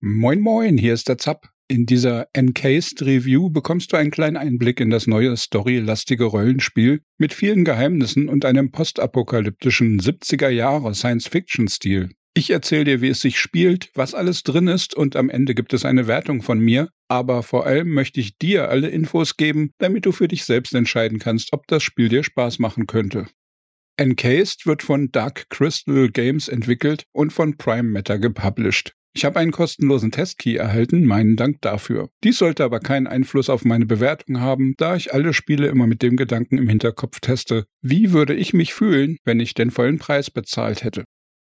Moin moin, hier ist der Zapp. In dieser Encased Review bekommst du einen kleinen Einblick in das neue storylastige Rollenspiel mit vielen Geheimnissen und einem postapokalyptischen 70er-Jahre Science-Fiction-Stil. Ich erzähle dir, wie es sich spielt, was alles drin ist und am Ende gibt es eine Wertung von mir, aber vor allem möchte ich dir alle Infos geben, damit du für dich selbst entscheiden kannst, ob das Spiel dir Spaß machen könnte. Encased wird von Dark Crystal Games entwickelt und von Prime Matter gepublished. Ich habe einen kostenlosen Testkey erhalten, meinen Dank dafür. Dies sollte aber keinen Einfluss auf meine Bewertung haben, da ich alle Spiele immer mit dem Gedanken im Hinterkopf teste, wie würde ich mich fühlen, wenn ich den vollen Preis bezahlt hätte.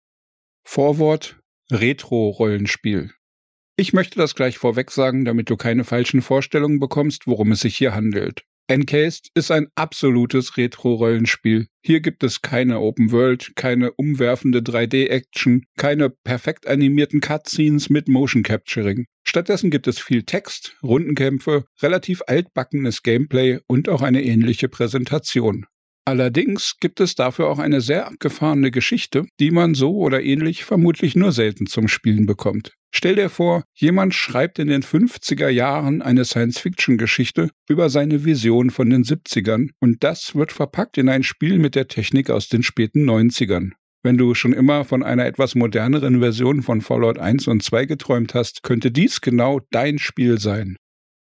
Vorwort: Retro-Rollenspiel. Ich möchte das gleich vorweg sagen, damit du keine falschen Vorstellungen bekommst, worum es sich hier handelt. Encased ist ein absolutes Retro-Rollenspiel. Hier gibt es keine Open World, keine umwerfende 3D-Action, keine perfekt animierten Cutscenes mit Motion Capturing. Stattdessen gibt es viel Text, Rundenkämpfe, relativ altbackenes Gameplay und auch eine ähnliche Präsentation. Allerdings gibt es dafür auch eine sehr abgefahrene Geschichte, die man so oder ähnlich vermutlich nur selten zum Spielen bekommt. Stell dir vor, jemand schreibt in den 50er Jahren eine Science-Fiction-Geschichte über seine Vision von den 70ern und das wird verpackt in ein Spiel mit der Technik aus den späten 90ern. Wenn du schon immer von einer etwas moderneren Version von Fallout 1 und 2 geträumt hast, könnte dies genau dein Spiel sein.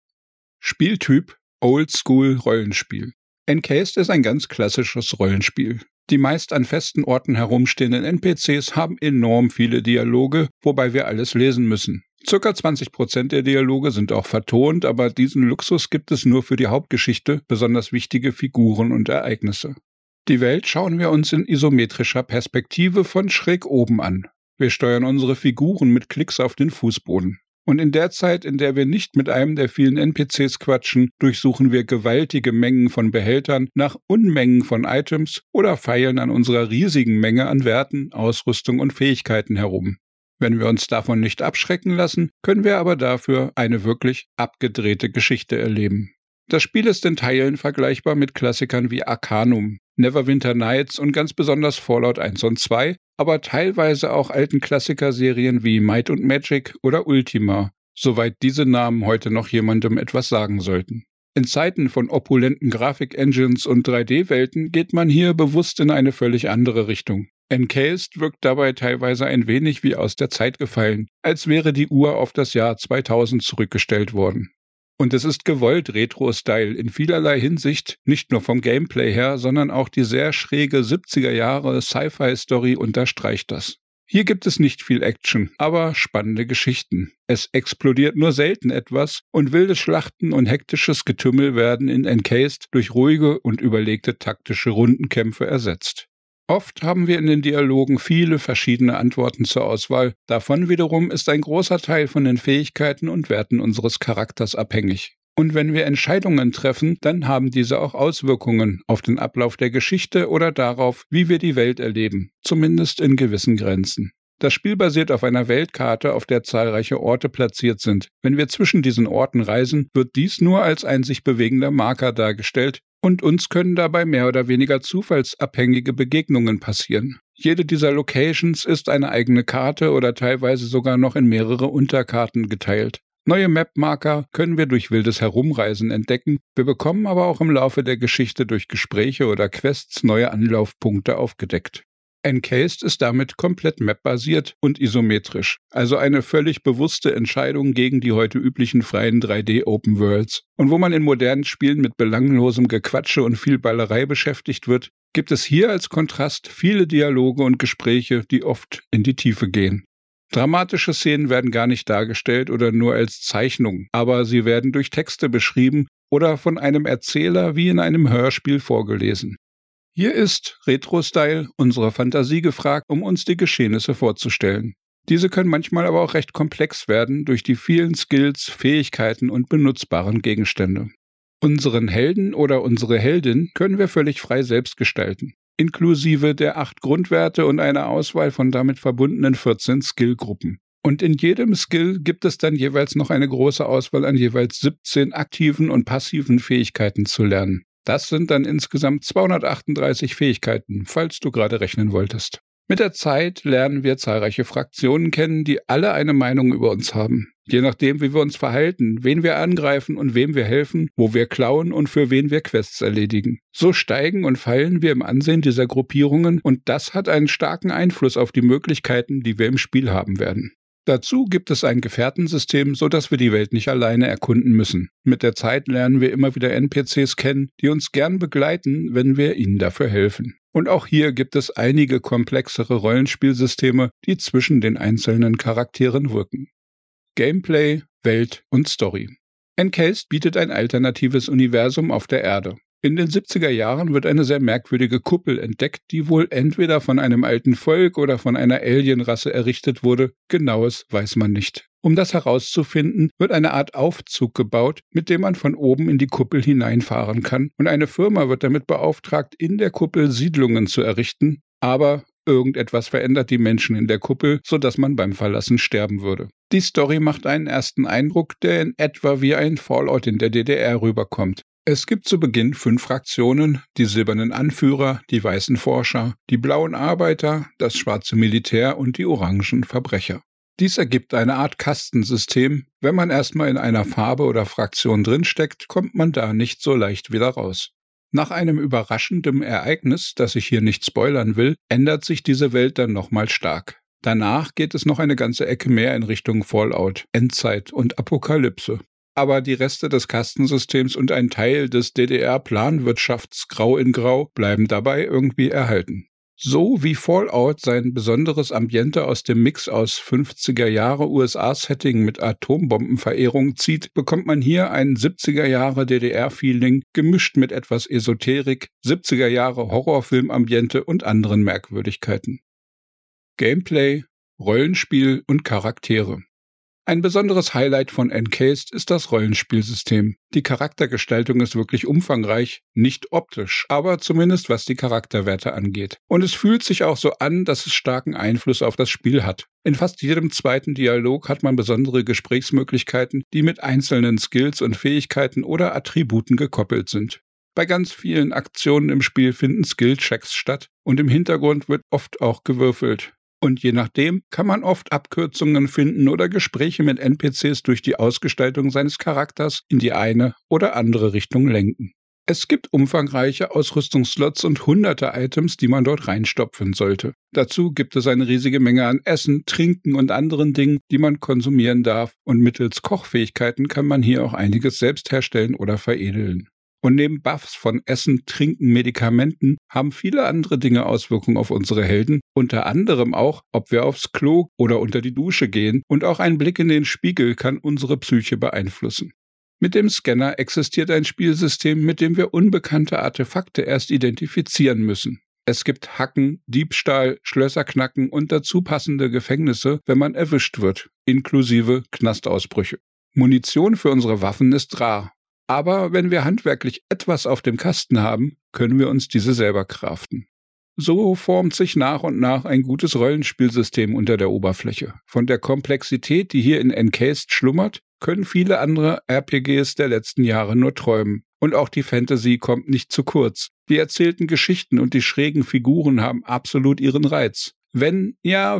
Spieltyp: Oldschool-Rollenspiel. Encased ist ein ganz klassisches Rollenspiel. Die meist an festen Orten herumstehenden NPCs haben enorm viele Dialoge, wobei wir alles lesen müssen. Circa 20% der Dialoge sind auch vertont, aber diesen Luxus gibt es nur für die Hauptgeschichte, besonders wichtige Figuren und Ereignisse. Die Welt schauen wir uns in isometrischer Perspektive von schräg oben an. Wir steuern unsere Figuren mit Klicks auf den Fußboden. Und in der Zeit, in der wir nicht mit einem der vielen NPCs quatschen, durchsuchen wir gewaltige Mengen von Behältern nach Unmengen von Items oder feilen an unserer riesigen Menge an Werten, Ausrüstung und Fähigkeiten herum. Wenn wir uns davon nicht abschrecken lassen, können wir aber dafür eine wirklich abgedrehte Geschichte erleben. Das Spiel ist in Teilen vergleichbar mit Klassikern wie Arcanum, Neverwinter Nights und ganz besonders Fallout 1 und 2, aber teilweise auch alten Klassikerserien wie Might and Magic oder Ultima, soweit diese Namen heute noch jemandem etwas sagen sollten. In Zeiten von opulenten Grafik-Engines und 3D-Welten geht man hier bewusst in eine völlig andere Richtung. Encased wirkt dabei teilweise ein wenig wie aus der Zeit gefallen, als wäre die Uhr auf das Jahr 2000 zurückgestellt worden. Und es ist gewollt Retro-Style in vielerlei Hinsicht, nicht nur vom Gameplay her, sondern auch die sehr schräge 70er-Jahre Sci-Fi-Story unterstreicht das. Hier gibt es nicht viel Action, aber spannende Geschichten. Es explodiert nur selten etwas und wilde Schlachten und hektisches Getümmel werden in Encased durch ruhige und überlegte taktische Rundenkämpfe ersetzt. Oft haben wir in den Dialogen viele verschiedene Antworten zur Auswahl. Davon wiederum ist ein großer Teil von den Fähigkeiten und Werten unseres Charakters abhängig. Und wenn wir Entscheidungen treffen, dann haben diese auch Auswirkungen auf den Ablauf der Geschichte oder darauf, wie wir die Welt erleben, zumindest in gewissen Grenzen. Das Spiel basiert auf einer Weltkarte, auf der zahlreiche Orte platziert sind. Wenn wir zwischen diesen Orten reisen, wird dies nur als ein sich bewegender Marker dargestellt, und uns können dabei mehr oder weniger zufallsabhängige Begegnungen passieren. Jede dieser Locations ist eine eigene Karte oder teilweise sogar noch in mehrere Unterkarten geteilt. Neue Map-Marker können wir durch wildes Herumreisen entdecken, wir bekommen aber auch im Laufe der Geschichte durch Gespräche oder Quests neue Anlaufpunkte aufgedeckt. Encased ist damit komplett map-basiert und isometrisch, also eine völlig bewusste Entscheidung gegen die heute üblichen freien 3D-Open Worlds. Und wo man in modernen Spielen mit belanglosem Gequatsche und viel Ballerei beschäftigt wird, gibt es hier als Kontrast viele Dialoge und Gespräche, die oft in die Tiefe gehen. Dramatische Szenen werden gar nicht dargestellt oder nur als Zeichnung, aber sie werden durch Texte beschrieben oder von einem Erzähler wie in einem Hörspiel vorgelesen. Hier ist Retro-Style unsere Fantasie gefragt, um uns die Geschehnisse vorzustellen. Diese können manchmal aber auch recht komplex werden durch die vielen Skills, Fähigkeiten und benutzbaren Gegenstände. Unseren Helden oder unsere Heldin können wir völlig frei selbst gestalten, inklusive der 8 Grundwerte und einer Auswahl von damit verbundenen 14 Skillgruppen. Und in jedem Skill gibt es dann jeweils noch eine große Auswahl an jeweils 17 aktiven und passiven Fähigkeiten zu lernen. Das sind dann insgesamt 238 Fähigkeiten, falls du gerade rechnen wolltest. Mit der Zeit lernen wir zahlreiche Fraktionen kennen, die alle eine Meinung über uns haben. Je nachdem, wie wir uns verhalten, wen wir angreifen und wem wir helfen, wo wir klauen und für wen wir Quests erledigen. So steigen und fallen wir im Ansehen dieser Gruppierungen und das hat einen starken Einfluss auf die Möglichkeiten, die wir im Spiel haben werden. Dazu gibt es ein Gefährtensystem, sodass wir die Welt nicht alleine erkunden müssen. Mit der Zeit lernen wir immer wieder NPCs kennen, die uns gern begleiten, wenn wir ihnen dafür helfen. Und auch hier gibt es einige komplexere Rollenspielsysteme, die zwischen den einzelnen Charakteren wirken. Gameplay, Welt und Story. Encased bietet ein alternatives Universum auf der Erde. In den 70er Jahren wird eine sehr merkwürdige Kuppel entdeckt, die wohl entweder von einem alten Volk oder von einer Alienrasse errichtet wurde. Genaues weiß man nicht. Um das herauszufinden, wird eine Art Aufzug gebaut, mit dem man von oben in die Kuppel hineinfahren kann. Und eine Firma wird damit beauftragt, in der Kuppel Siedlungen zu errichten. Aber irgendetwas verändert die Menschen in der Kuppel, sodass man beim Verlassen sterben würde. Die Story macht einen ersten Eindruck, der in etwa wie ein Fallout in der DDR rüberkommt. Es gibt zu Beginn 5 Fraktionen, die silbernen Anführer, die weißen Forscher, die blauen Arbeiter, das schwarze Militär und die orangen Verbrecher. Dies ergibt eine Art Kastensystem. Wenn man erstmal in einer Farbe oder Fraktion drinsteckt, kommt man da nicht so leicht wieder raus. Nach einem überraschenden Ereignis, das ich hier nicht spoilern will, ändert sich diese Welt dann nochmal stark. Danach geht es noch eine ganze Ecke mehr in Richtung Fallout, Endzeit und Apokalypse. Aber die Reste des Kastensystems und ein Teil des DDR-Planwirtschafts Grau in Grau bleiben dabei irgendwie erhalten. So wie Fallout sein besonderes Ambiente aus dem Mix aus 50er Jahre USA-Setting mit Atombombenverehrung zieht, bekommt man hier ein 70er Jahre DDR-Feeling, gemischt mit etwas Esoterik, 70er Jahre Horrorfilm-Ambiente und anderen Merkwürdigkeiten. Gameplay, Rollenspiel und Charaktere. Ein besonderes Highlight von Encased ist das Rollenspielsystem. Die Charaktergestaltung ist wirklich umfangreich, nicht optisch, aber zumindest was die Charakterwerte angeht. Und es fühlt sich auch so an, dass es starken Einfluss auf das Spiel hat. In fast jedem zweiten Dialog hat man besondere Gesprächsmöglichkeiten, die mit einzelnen Skills und Fähigkeiten oder Attributen gekoppelt sind. Bei ganz vielen Aktionen im Spiel finden Skill-Checks statt und im Hintergrund wird oft auch gewürfelt. Und je nachdem kann man oft Abkürzungen finden oder Gespräche mit NPCs durch die Ausgestaltung seines Charakters in die eine oder andere Richtung lenken. Es gibt umfangreiche Ausrüstungsslots und hunderte Items, die man dort reinstopfen sollte. Dazu gibt es eine riesige Menge an Essen, Trinken und anderen Dingen, die man konsumieren darf, und mittels Kochfähigkeiten kann man hier auch einiges selbst herstellen oder veredeln. Und neben Buffs von Essen, Trinken, Medikamenten haben viele andere Dinge Auswirkungen auf unsere Helden, unter anderem auch, ob wir aufs Klo oder unter die Dusche gehen, und auch ein Blick in den Spiegel kann unsere Psyche beeinflussen. Mit dem Scanner existiert ein Spielsystem, mit dem wir unbekannte Artefakte erst identifizieren müssen. Es gibt Hacken, Diebstahl, Schlösser knacken und dazu passende Gefängnisse, wenn man erwischt wird, inklusive Knastausbrüche. Munition für unsere Waffen ist rar. Aber wenn wir handwerklich etwas auf dem Kasten haben, können wir uns diese selber craften. So formt sich nach und nach ein gutes Rollenspielsystem unter der Oberfläche. Von der Komplexität, die hier in Encased schlummert, können viele andere RPGs der letzten Jahre nur träumen. Und auch die Fantasy kommt nicht zu kurz. Die erzählten Geschichten und die schrägen Figuren haben absolut ihren Reiz. Wenn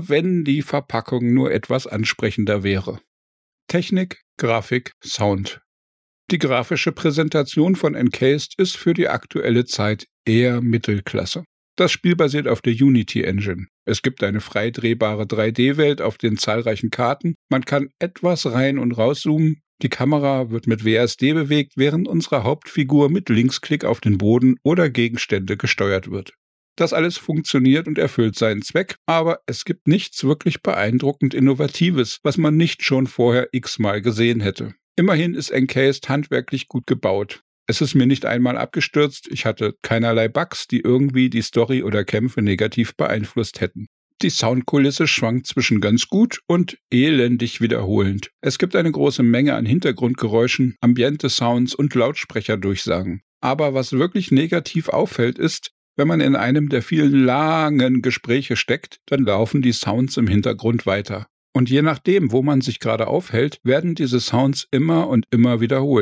die Verpackung nur etwas ansprechender wäre. Technik, Grafik, Sound. Die grafische Präsentation von Encased ist für die aktuelle Zeit eher Mittelklasse. Das Spiel basiert auf der Unity Engine. Es gibt eine frei drehbare 3D-Welt auf den zahlreichen Karten. Man kann etwas rein und rauszoomen. Die Kamera wird mit WASD bewegt, während unsere Hauptfigur mit Linksklick auf den Boden oder Gegenstände gesteuert wird. Das alles funktioniert und erfüllt seinen Zweck, aber es gibt nichts wirklich beeindruckend Innovatives, was man nicht schon vorher x-mal gesehen hätte. Immerhin ist Encased handwerklich gut gebaut. Es ist mir nicht einmal abgestürzt, ich hatte keinerlei Bugs, die irgendwie die Story oder Kämpfe negativ beeinflusst hätten. Die Soundkulisse schwankt zwischen ganz gut und elendig wiederholend. Es gibt eine große Menge an Hintergrundgeräuschen, Ambiente-Sounds und Lautsprecherdurchsagen. Aber was wirklich negativ auffällt ist, wenn man in einem der vielen langen Gespräche steckt, dann laufen die Sounds im Hintergrund weiter. Und je nachdem, wo man sich gerade aufhält, werden diese Sounds immer und immer wiederholt.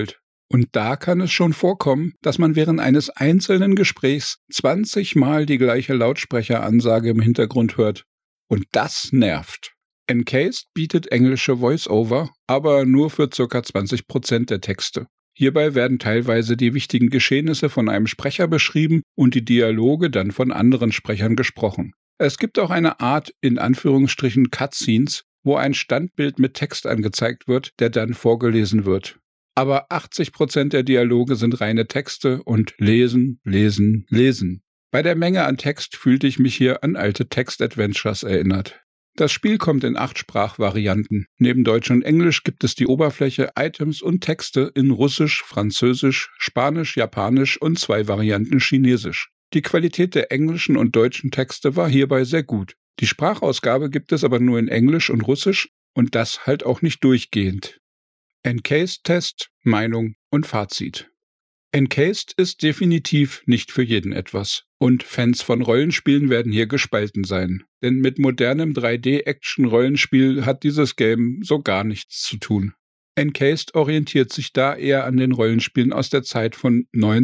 Und da kann es schon vorkommen, dass man während eines einzelnen Gesprächs 20 Mal die gleiche Lautsprecheransage im Hintergrund hört. Und das nervt. Encased bietet englische Voice-Over, aber nur für ca. 20% der Texte. Hierbei werden teilweise die wichtigen Geschehnisse von einem Sprecher beschrieben und die Dialoge dann von anderen Sprechern gesprochen. Es gibt auch eine Art, in Anführungsstrichen, Cutscenes, wo ein Standbild mit Text angezeigt wird, der dann vorgelesen wird. Aber 80% der Dialoge sind reine Texte und lesen, lesen, lesen. Bei der Menge an Text fühlte ich mich hier an alte Text-Adventures erinnert. Das Spiel kommt in 8 Sprachvarianten. Neben Deutsch und Englisch gibt es die Oberfläche, Items und Texte in Russisch, Französisch, Spanisch, Japanisch und 2 Varianten Chinesisch. Die Qualität der englischen und deutschen Texte war hierbei sehr gut. Die Sprachausgabe gibt es aber nur in Englisch und Russisch und das halt auch nicht durchgehend. Encased-Test, Meinung und Fazit. Encased ist definitiv nicht für jeden etwas. Und Fans von Rollenspielen werden hier gespalten sein. Denn mit modernem 3D-Action-Rollenspiel hat dieses Game so gar nichts zu tun. Encased orientiert sich da eher an den Rollenspielen aus der Zeit von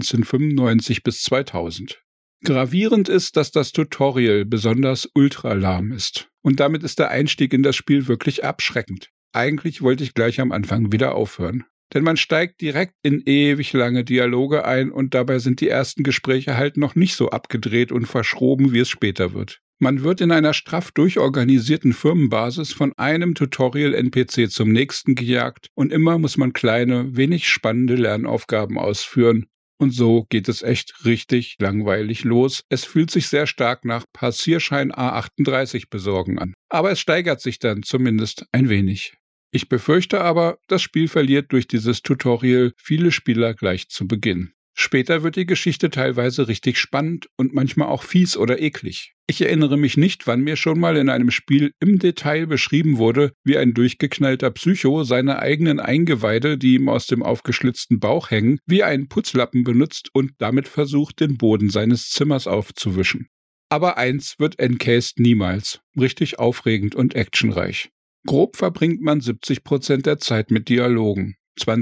1995 bis 2000. Gravierend ist, dass das Tutorial besonders ultralahm ist. Und damit ist der Einstieg in das Spiel wirklich abschreckend. Eigentlich wollte ich gleich am Anfang wieder aufhören. Denn man steigt direkt in ewig lange Dialoge ein und dabei sind die ersten Gespräche halt noch nicht so abgedreht und verschroben, wie es später wird. Man wird in einer straff durchorganisierten Firmenbasis von einem Tutorial-NPC zum nächsten gejagt und immer muss man kleine, wenig spannende Lernaufgaben ausführen. Und so geht es echt richtig langweilig los. Es fühlt sich sehr stark nach Passierschein A38 besorgen an. Aber es steigert sich dann zumindest ein wenig. Ich befürchte aber, das Spiel verliert durch dieses Tutorial viele Spieler gleich zu Beginn. Später wird die Geschichte teilweise richtig spannend und manchmal auch fies oder eklig. Ich erinnere mich nicht, wann mir schon mal in einem Spiel im Detail beschrieben wurde, wie ein durchgeknallter Psycho seine eigenen Eingeweide, die ihm aus dem aufgeschlitzten Bauch hängen, wie einen Putzlappen benutzt und damit versucht, den Boden seines Zimmers aufzuwischen. Aber eins wird Encased niemals: richtig aufregend und actionreich. Grob verbringt man 70% der Zeit mit Dialogen,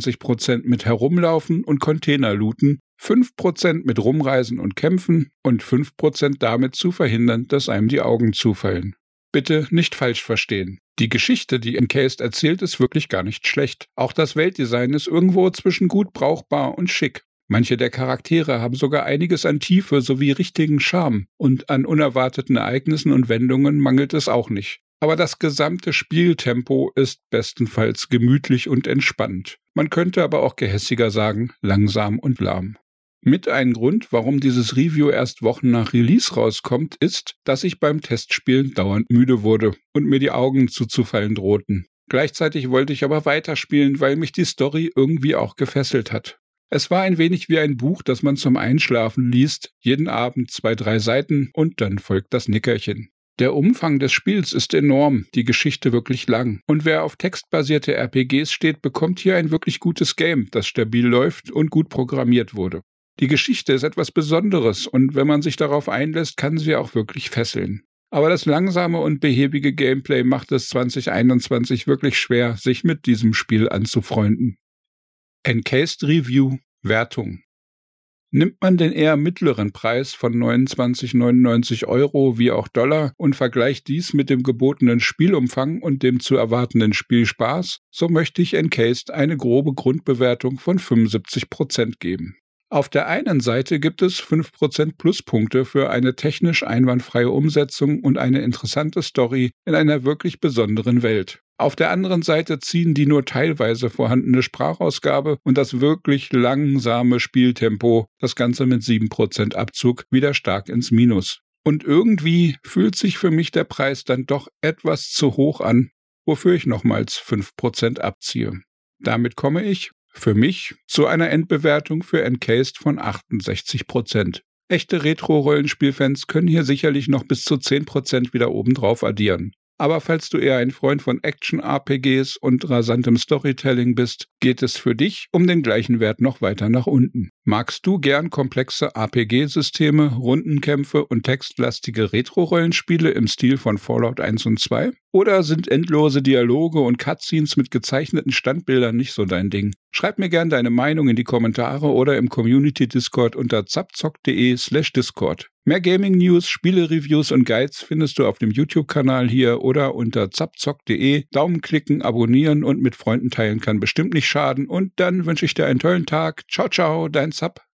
20% mit Herumlaufen und Container looten, 5% mit Rumreisen und Kämpfen und 5% damit zu verhindern, dass einem die Augen zufallen. Bitte nicht falsch verstehen. Die Geschichte, die Encased erzählt, ist wirklich gar nicht schlecht. Auch das Weltdesign ist irgendwo zwischen gut brauchbar und schick. Manche der Charaktere haben sogar einiges an Tiefe sowie richtigen Charme und an unerwarteten Ereignissen und Wendungen mangelt es auch nicht. Aber das gesamte Spieltempo ist bestenfalls gemütlich und entspannt. Man könnte aber auch gehässiger sagen, langsam und lahm. Mit ein Grund, warum dieses Review erst Wochen nach Release rauskommt, ist, dass ich beim Testspielen dauernd müde wurde und mir die Augen zuzufallen drohten. Gleichzeitig wollte ich aber weiterspielen, weil mich die Story irgendwie auch gefesselt hat. Es war ein wenig wie ein Buch, das man zum Einschlafen liest, jeden Abend 2-3 Seiten und dann folgt das Nickerchen. Der Umfang des Spiels ist enorm, die Geschichte wirklich lang. Und wer auf textbasierte RPGs steht, bekommt hier ein wirklich gutes Game, das stabil läuft und gut programmiert wurde. Die Geschichte ist etwas Besonderes und wenn man sich darauf einlässt, kann sie auch wirklich fesseln. Aber das langsame und behäbige Gameplay macht es 2021 wirklich schwer, sich mit diesem Spiel anzufreunden. Encased Review – Wertung. Nimmt man den eher mittleren Preis von 29,99 € wie auch Dollar und vergleicht dies mit dem gebotenen Spielumfang und dem zu erwartenden Spielspaß, so möchte ich Encased eine grobe Grundbewertung von 75% geben. Auf der einen Seite gibt es 5% Pluspunkte für eine technisch einwandfreie Umsetzung und eine interessante Story in einer wirklich besonderen Welt. Auf der anderen Seite ziehen die nur teilweise vorhandene Sprachausgabe und das wirklich langsame Spieltempo, das Ganze mit 7% Abzug, wieder stark ins Minus. Und irgendwie fühlt sich für mich der Preis dann doch etwas zu hoch an, wofür ich nochmals 5% abziehe. Damit komme ich, für mich, zu einer Endbewertung für Encased von 68%. Echte Retro-Rollenspielfans können hier sicherlich noch bis zu 10% wieder obendrauf addieren. Aber falls du eher ein Freund von Action-RPGs und rasantem Storytelling bist, geht es für dich um den gleichen Wert noch weiter nach unten. Magst du gern komplexe RPG-Systeme, Rundenkämpfe und textlastige Retro-Rollenspiele im Stil von Fallout 1 und 2? Oder sind endlose Dialoge und Cutscenes mit gezeichneten Standbildern nicht so dein Ding? Schreib mir gern deine Meinung in die Kommentare oder im Community-Discord unter zapzock.de/Discord. Mehr Gaming-News, Spiele-Reviews und Guides findest du auf dem YouTube-Kanal hier oder unter zapzock.de. Daumen klicken, abonnieren und mit Freunden teilen kann bestimmt nicht schaden. Und dann wünsche ich dir einen tollen Tag. Ciao, ciao, dein Zap.